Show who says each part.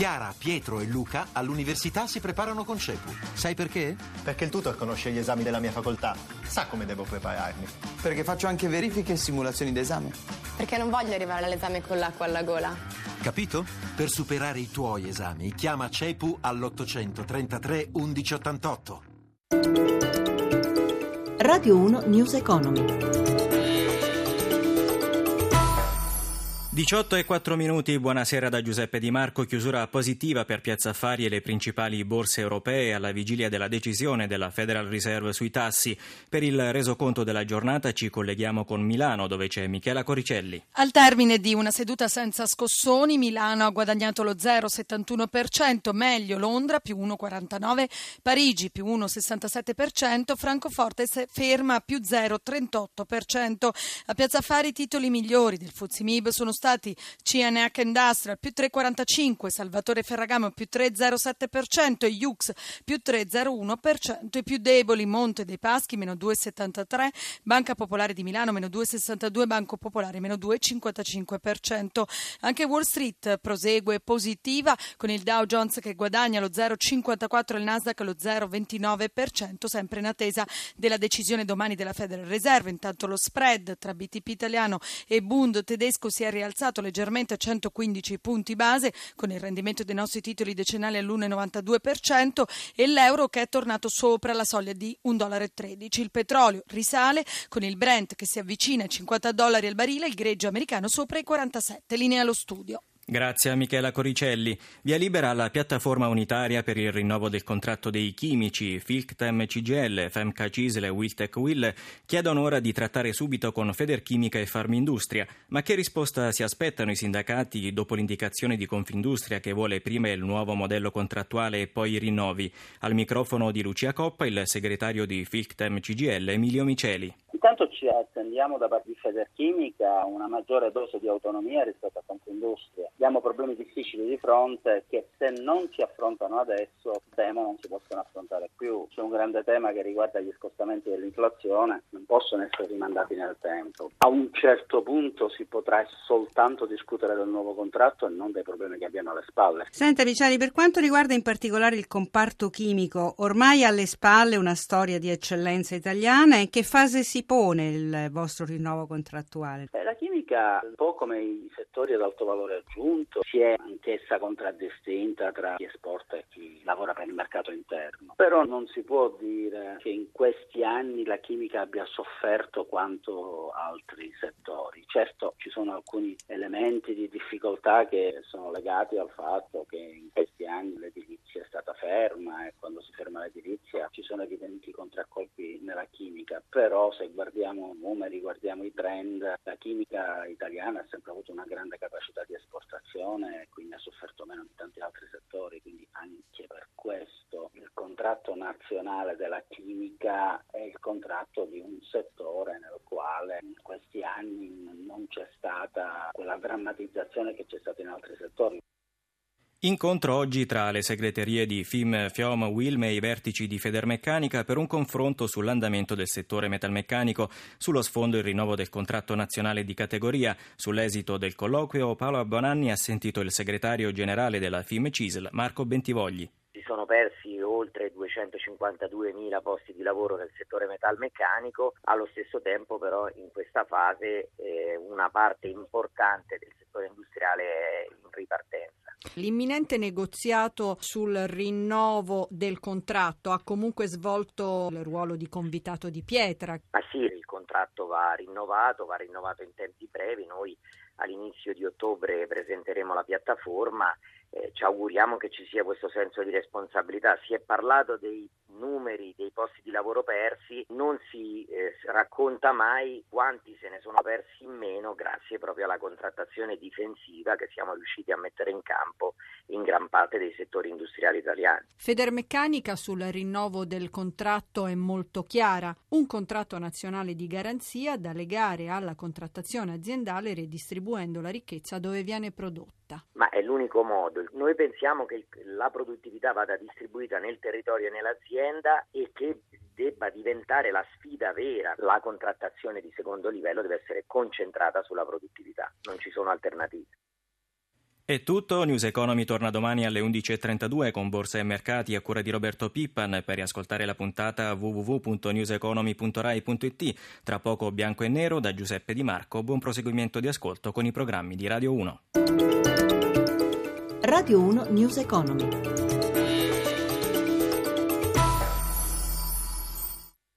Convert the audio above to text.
Speaker 1: Chiara, Pietro e Luca all'università si preparano con CEPU. Sai perché?
Speaker 2: Perché il tutor conosce gli esami della mia facoltà. Sa come devo prepararmi.
Speaker 3: Perché faccio anche verifiche e simulazioni d'esame.
Speaker 4: Perché non voglio arrivare all'esame con l'acqua alla gola.
Speaker 1: Capito? Per superare i tuoi esami, chiama CEPU all'833 1188.
Speaker 5: Radio 1 News Economy.
Speaker 6: 18:04, buonasera da Giuseppe Di Marco. Chiusura positiva per Piazza Affari e le principali borse europee alla vigilia della decisione della Federal Reserve sui tassi. Per il resoconto della giornata ci colleghiamo con Milano, dove c'è Michela Coricelli.
Speaker 7: Al termine di una seduta senza scossoni, Milano ha guadagnato lo 0,71%, meglio Londra più 1,49%, Parigi più 1,67%, Francoforte ferma più 0,38%. A Piazza Affari i titoli migliori del FTSE MIB sono stati CNH Industrial più 3,45%, Salvatore Ferragamo più 3,07% e Yux più 3,01%. I più deboli Monte dei Paschi meno 2,73%, Banca Popolare di Milano meno 2,62%, Banco Popolare meno 2,55%. Anche Wall Street prosegue positiva con il Dow Jones che guadagna lo 0,54% e il Nasdaq lo 0,29%, sempre in attesa della decisione domani della Federal Reserve. Intanto lo spread tra BTP italiano e Bund tedesco si è rialzato leggermente a 115 punti base, con il rendimento dei nostri titoli decennali all'1,92% e l'euro che è tornato sopra la soglia di $1,13. Il petrolio risale con il Brent che si avvicina ai $50 al barile, il greggio americano sopra i 47. Linea allo studio.
Speaker 6: Grazie a Michela Coricelli. Via libera alla piattaforma unitaria per il rinnovo del contratto dei chimici. Filctem CGL, Femca Cisle e Wiltec Will chiedono ora di trattare subito con Federchimica e Farmindustria. Ma che risposta si aspettano i sindacati dopo l'indicazione di Confindustria che vuole prima il nuovo modello contrattuale e poi i rinnovi? Al microfono di Lucia Coppa il segretario di Filctem CGL Emilio Miceli.
Speaker 8: Intanto ci attendiamo da parte di Federchimica una maggiore dose di autonomia rispetto a Confindustria. Abbiamo problemi difficili di fronte che se non si affrontano adesso, temo non si possono affrontare più. C'è un grande tema che riguarda gli scostamenti dell'inflazione, non possono essere rimandati nel tempo. A un certo punto si potrà soltanto discutere del nuovo contratto e non dei problemi che abbiamo alle spalle.
Speaker 9: Senta Miceli, per quanto riguarda in particolare il comparto chimico, ormai alle spalle una storia di eccellenza italiana, in che fase si pone il vostro rinnovo contrattuale?
Speaker 8: La chimica, un po' come i settori ad alto valore aggiunto, si è anch'essa contraddistinta tra chi esporta e chi lavora per il mercato interno. Però non si può dire che in questi anni la chimica abbia sofferto quanto altri settori. Certo, ci sono alcuni elementi di difficoltà che sono legati al fatto che in questi anni l'edilizia è stata ferma e quando si ferma l'edilizia ci sono evidenti contraccolpi nella chimica. Però se guardiamo numeri, guardiamo i trend, la chimica italiana ha sempre avuto una grande capacità di esportazione e quindi ha sofferto meno di tanti altri settori, quindi anche per questo il contratto nazionale della chimica è il contratto di un settore nel quale in questi anni non c'è stata quella drammatizzazione che c'è stata in altri settori.
Speaker 6: Incontro oggi tra le segreterie di FIM, FIOM, Wilme e i vertici di Federmeccanica per un confronto sull'andamento del settore metalmeccanico. Sullo sfondo il rinnovo del contratto nazionale di categoria. Sull'esito del colloquio Paolo Bonanni ha sentito il segretario generale della FIM CISL, Marco Bentivogli.
Speaker 10: Si sono persi oltre 252.000 posti di lavoro nel settore metalmeccanico, allo stesso tempo però in questa fase una parte importante del settore industriale è in ripartenza.
Speaker 7: L'imminente negoziato sul rinnovo del contratto ha comunque svolto il ruolo di convitato di pietra.
Speaker 10: Ma sì, il contratto va rinnovato in tempi brevi. Noi all'inizio di ottobre presenteremo la piattaforma. Ci auguriamo che ci sia questo senso di responsabilità. Si è parlato dei numeri dei posti di lavoro persi, non si racconta mai quanti se ne sono persi in meno grazie proprio alla contrattazione difensiva che siamo riusciti a mettere in campo in gran parte dei settori industriali italiani.
Speaker 7: Federmeccanica sul rinnovo del contratto è molto chiara, un contratto nazionale di garanzia da legare alla contrattazione aziendale redistribuendo la ricchezza dove viene prodotta.
Speaker 10: Ma è l'unico modo. Noi pensiamo che la produttività vada distribuita nel territorio e nell'azienda e che debba diventare la sfida vera. La contrattazione di secondo livello deve essere concentrata sulla produttività, non ci sono alternative.
Speaker 6: È tutto, News Economy torna domani alle 11.32 con Borsa e Mercati a cura di Roberto Pippan. Per riascoltare la puntata www.newseconomy.rai.it. Tra poco Bianco e Nero da Giuseppe Di Marco. Buon proseguimento di ascolto con i programmi di Radio 1.
Speaker 5: Radio 1 News Economy.